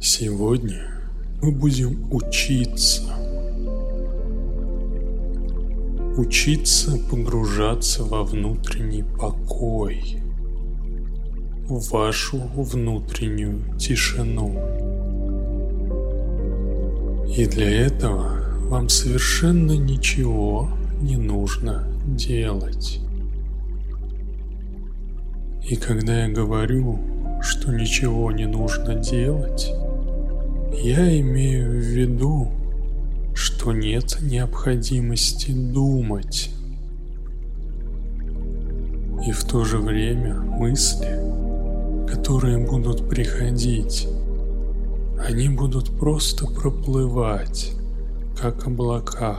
Сегодня мы будем учиться погружаться во внутренний покой, в вашу внутреннюю тишину. И для этого вам совершенно ничего не нужно делать. И когда я говорю, что ничего не нужно делать, я имею в виду, что нет необходимости думать. И в то же время мысли, которые будут приходить, они будут просто проплывать, как облака.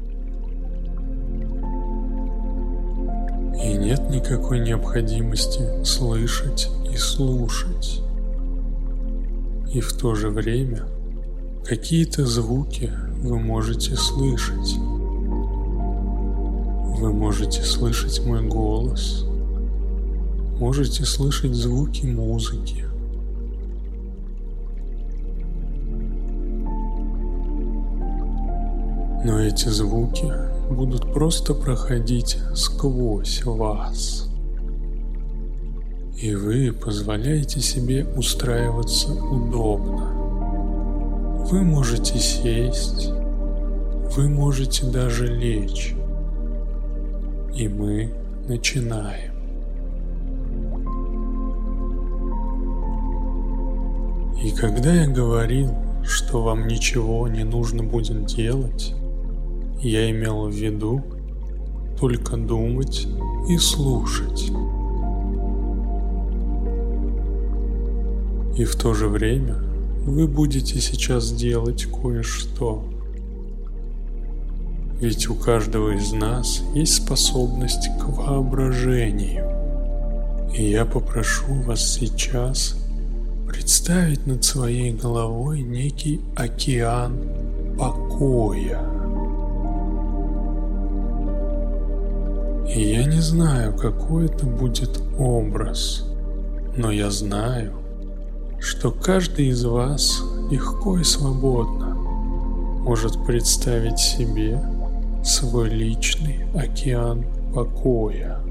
И нет никакой необходимости слышать и слушать. И в то же время какие-то звуки вы можете слышать. Вы можете слышать мой голос, можете слышать звуки музыки. Но эти звуки будут просто проходить сквозь вас. И вы позволяете себе устраиваться удобно. Вы можете сесть, вы можете даже лечь. И мы начинаем. И когда я говорил, что вам ничего не нужно будет делать, я имел в виду только думать и слушать. И в то же время вы будете сейчас делать кое-что. Ведь у каждого из нас есть способность к воображению. И я попрошу вас сейчас представить над своей головой некий океан покоя. И я не знаю, какой это будет образ, но я знаю, что каждый из вас легко и свободно может представить себе свой личный океан покоя.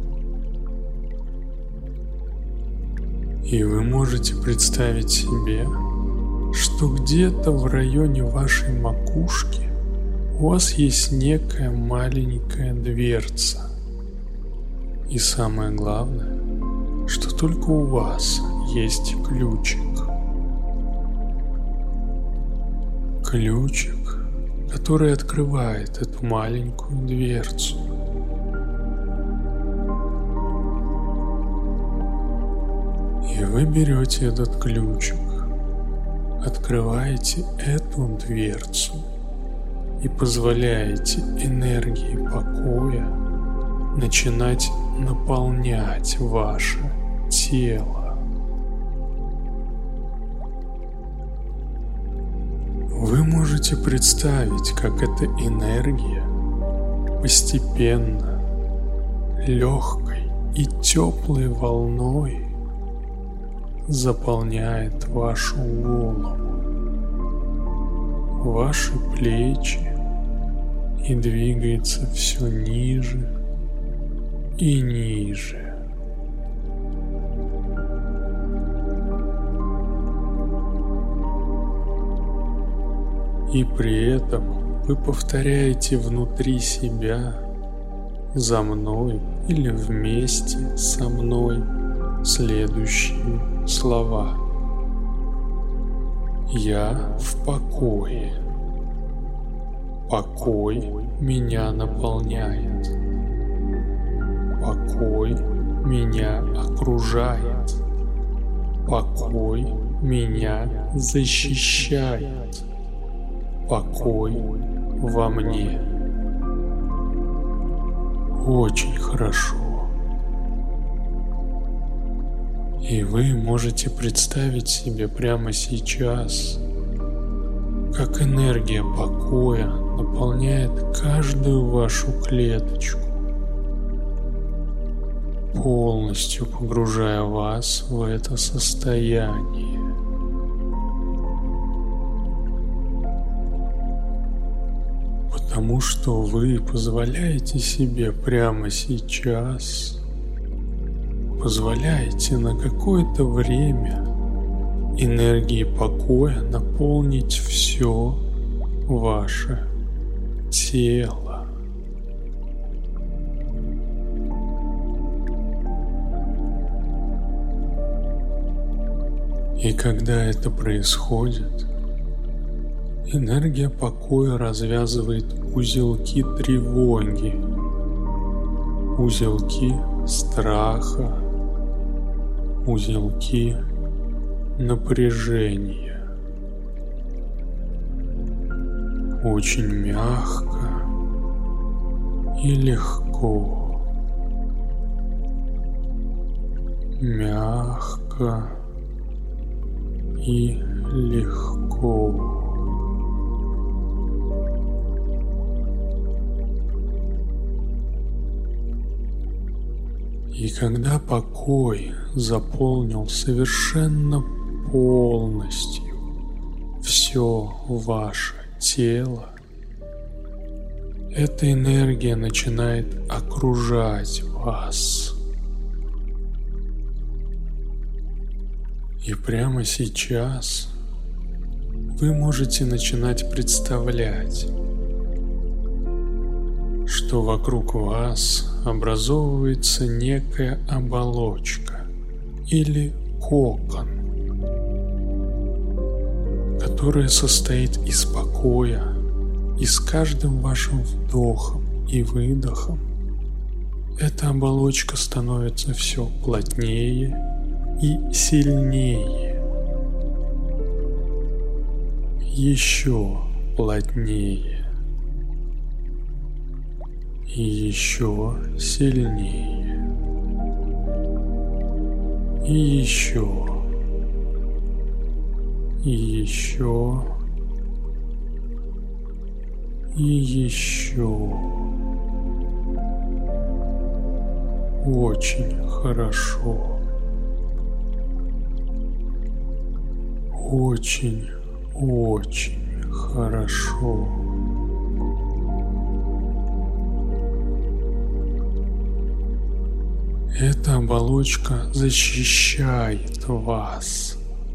И вы можете представить себе, что где-то в районе вашей макушки у вас есть некая маленькая дверца. И самое главное, что только у вас есть ключик. Ключик, который открывает эту маленькую дверцу. И вы берете этот ключик, открываете эту дверцу и позволяете энергии покоя начинать наполнять ваше тело. Вы можете представить, как эта энергия постепенно, легкой и теплой волной заполняет вашу голову, ваши плечи и двигается все ниже и ниже. И при этом вы повторяете внутри себя, за мной или вместе со мной, следующие слова. Я в покое. Покой меня наполняет. Покой меня окружает. Покой меня защищает. Покой во мне. Очень хорошо. И вы можете представить себе прямо сейчас, как энергия покоя наполняет каждую вашу клеточку, полностью погружая вас в это состояние. потому что вы позволяете себе прямо сейчас, позволяете на какое-то время энергией покоя наполнить все ваше тело. И когда это происходит, энергия покоя развязывает узелки тревоги, узелки страха, узелки напряжения. Очень мягко и легко. Мягко и легко. И когда покой заполнил совершенно полностью все ваше тело, эта энергия начинает окружать вас. И прямо сейчас вы можете начинать представлять, что вокруг вас образовывается некая оболочка или кокон, которая состоит из покоя, и с каждым вашим вдохом и выдохом эта оболочка становится все плотнее и сильнее, еще плотнее и еще сильнее, и еще, и еще, и еще. Очень хорошо. Очень, очень хорошо. Эта оболочка защищает вас,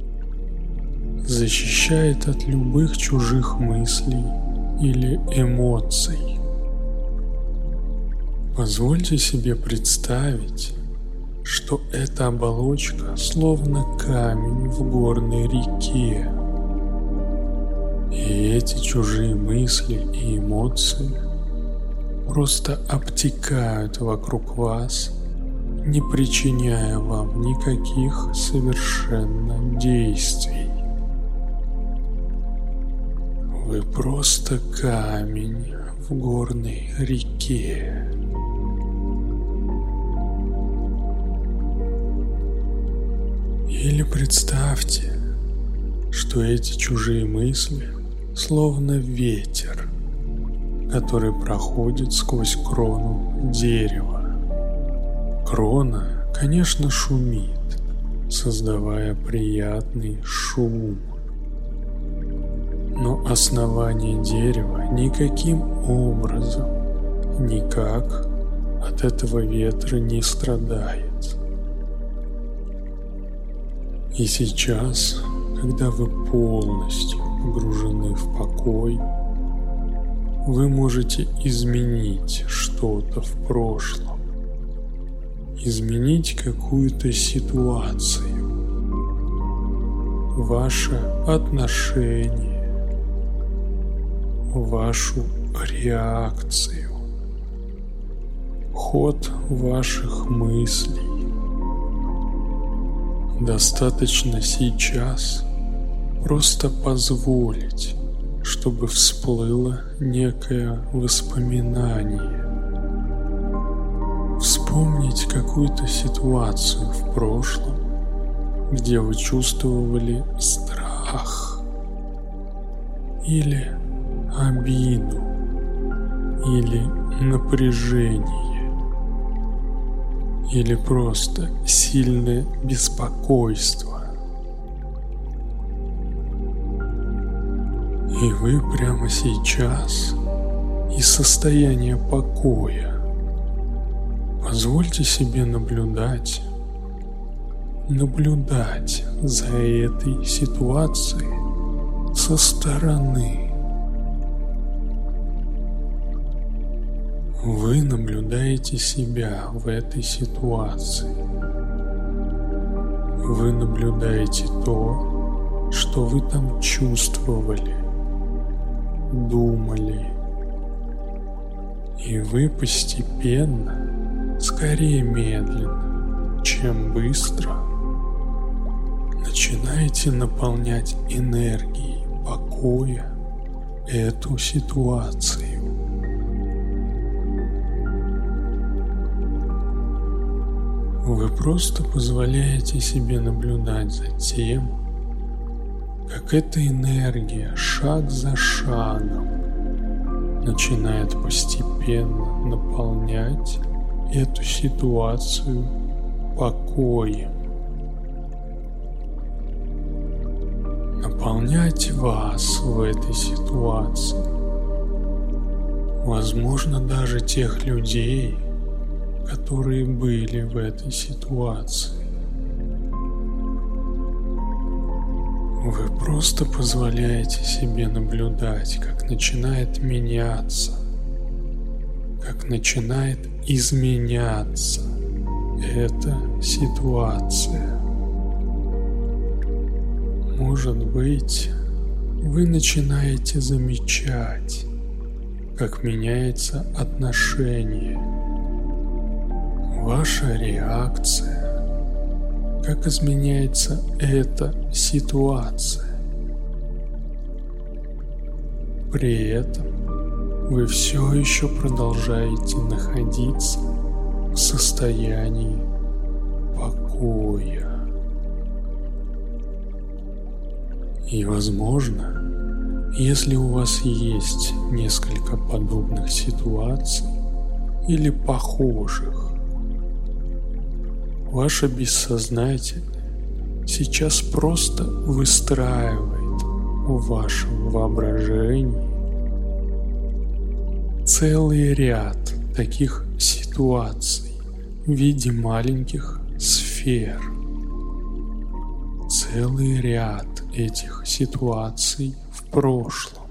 защищает от любых чужих мыслей или эмоций. Позвольте себе представить, что эта оболочка словно камень в горной реке, и эти чужие мысли и эмоции просто обтекают вокруг вас, не причиняя вам никаких совершенно действий. Вы просто камень в горной реке. Или представьте, что эти чужие мысли словно ветер, который проходит сквозь крону дерева. Крона, конечно, шумит, создавая приятный шум. Но основание дерева никаким образом, никак от этого ветра не страдает. И сейчас, когда вы полностью погружены в покой, вы можете изменить что-то в прошлом, изменить какую-то ситуацию, ваше отношение, вашу реакцию, ход ваших мыслей. Достаточно сейчас просто позволить, чтобы всплыло некое воспоминание. Вспомнить какую-то ситуацию в прошлом, где вы чувствовали страх или обиду или напряжение или просто сильное беспокойство. И вы прямо сейчас и состояние покоя. Позвольте себе наблюдать за этой ситуацией со стороны. Вы наблюдаете себя в этой ситуации. Вы наблюдаете то, что вы там чувствовали, думали. И вы постепенно, скорее медленно, чем быстро, начинаете наполнять энергией покоя эту ситуацию. Вы просто позволяете себе наблюдать за тем, как эта энергия шаг за шагом начинает постепенно наполнять эту ситуацию покоем. Наполнять вас в этой ситуации. Возможно, даже тех людей, которые были в этой ситуации. Вы просто позволяете себе наблюдать, как начинает меняться, как начинает изменяться эта ситуация. Может быть, вы начинаете замечать, как меняется отношение, ваша реакция, как изменяется эта ситуация. При этом вы все еще продолжаете находиться в состоянии покоя. И, возможно, если у вас есть несколько подобных ситуаций или похожих, ваше бессознательное сейчас просто выстраивает в вашем воображении целый ряд таких ситуаций в виде маленьких сфер. Целый ряд этих ситуаций в прошлом.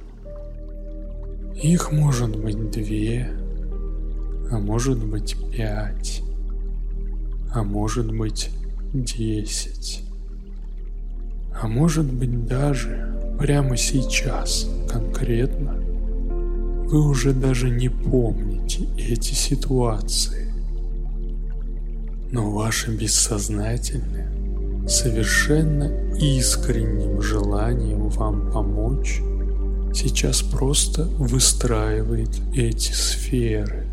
Их может быть 2, а может быть 5. А может быть 10, а может быть даже прямо сейчас конкретно вы уже даже не помните эти ситуации. Но ваше бессознательное совершенно искренним желанием вам помочь сейчас просто выстраивает эти сферы.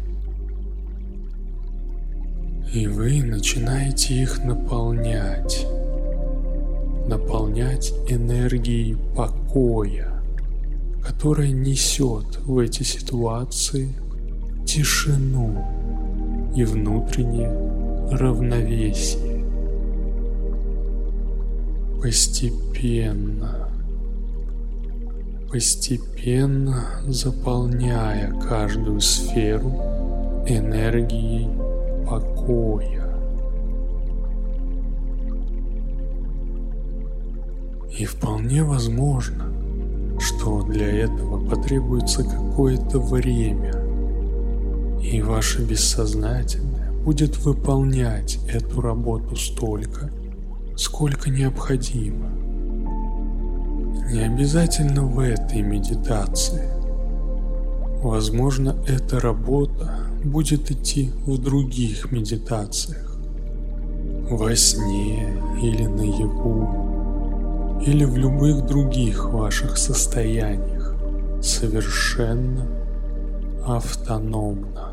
И вы начинаете их наполнять энергией покоя, которая несет в эти ситуации тишину и внутреннее равновесие. Постепенно заполняя каждую сферу энергией покоя. И вполне возможно, что для этого потребуется какое-то время, и ваше бессознательное будет выполнять эту работу столько, сколько необходимо. Не обязательно в этой медитации. Возможно, эта работа будет идти в других медитациях, во сне или наяву, или в любых других ваших состояниях, совершенно автономно.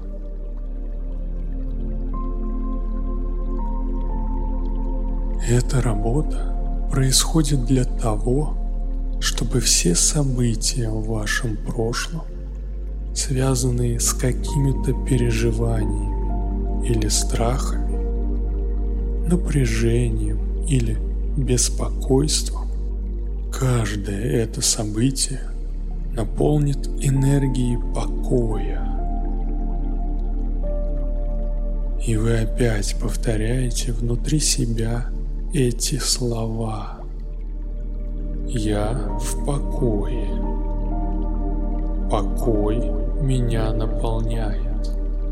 Эта работа происходит для того, чтобы все события в вашем прошлом, связанные с какими-то переживаниями или страхами, напряжением или беспокойством, каждое это событие наполнит энергией покоя. И вы опять повторяете внутри себя эти слова. Я в покое. Покой меня наполняет.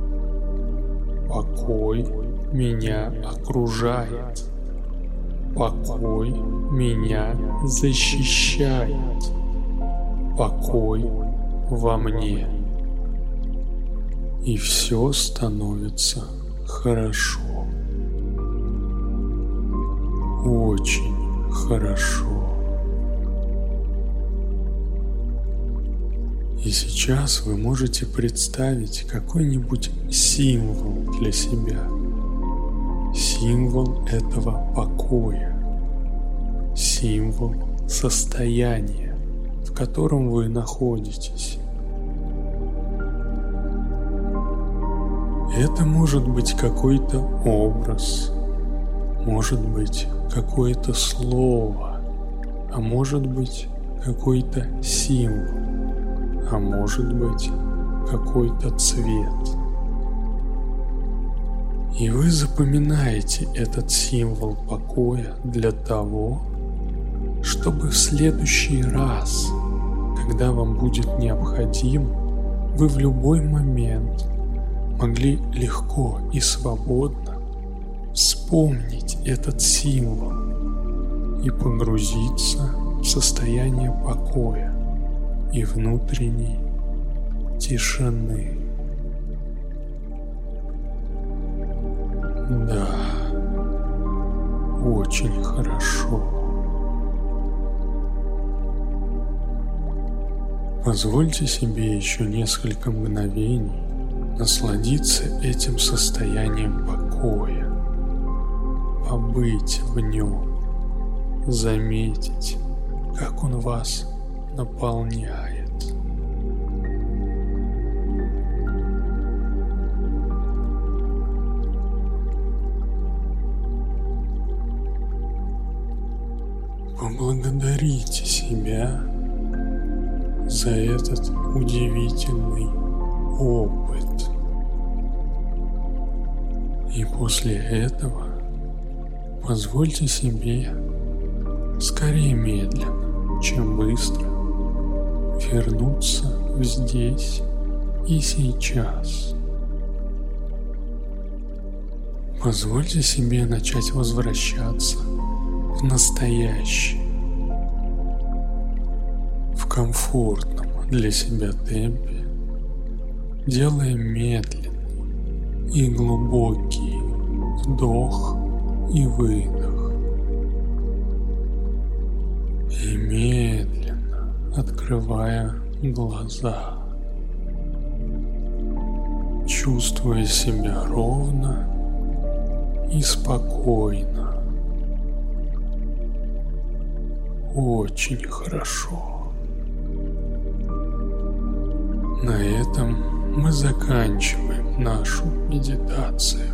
Покой меня окружает. Покой меня защищает. Покой во мне. И все становится хорошо. Очень хорошо. И сейчас вы можете представить какой-нибудь символ для себя. Символ этого покоя. Символ состояния, в котором вы находитесь. Это может быть какой-то образ, может быть какое-то слово, а может быть какой-то символ, а может быть какой-то цвет. И вы запоминаете этот символ покоя для того, чтобы в следующий раз, когда вам будет необходим, вы в любой момент могли легко и свободно вспомнить этот символ и погрузиться в состояние покоя и внутренней тишины. Да, очень хорошо. Позвольте себе еще несколько мгновений насладиться этим состоянием покоя, побыть в нем, заметить, как он вас наполняет. Поблагодарите себя за этот удивительный опыт. И после этого позвольте себе скорее медленно, чем быстро вернуться в здесь и сейчас. Позвольте себе начать возвращаться в настоящее, в комфортном для себя темпе, делая медленный и глубокий вдох и выдох, и медленно открывая глаза, чувствуя себя ровно и спокойно. Очень хорошо. На этом мы заканчиваем нашу медитацию.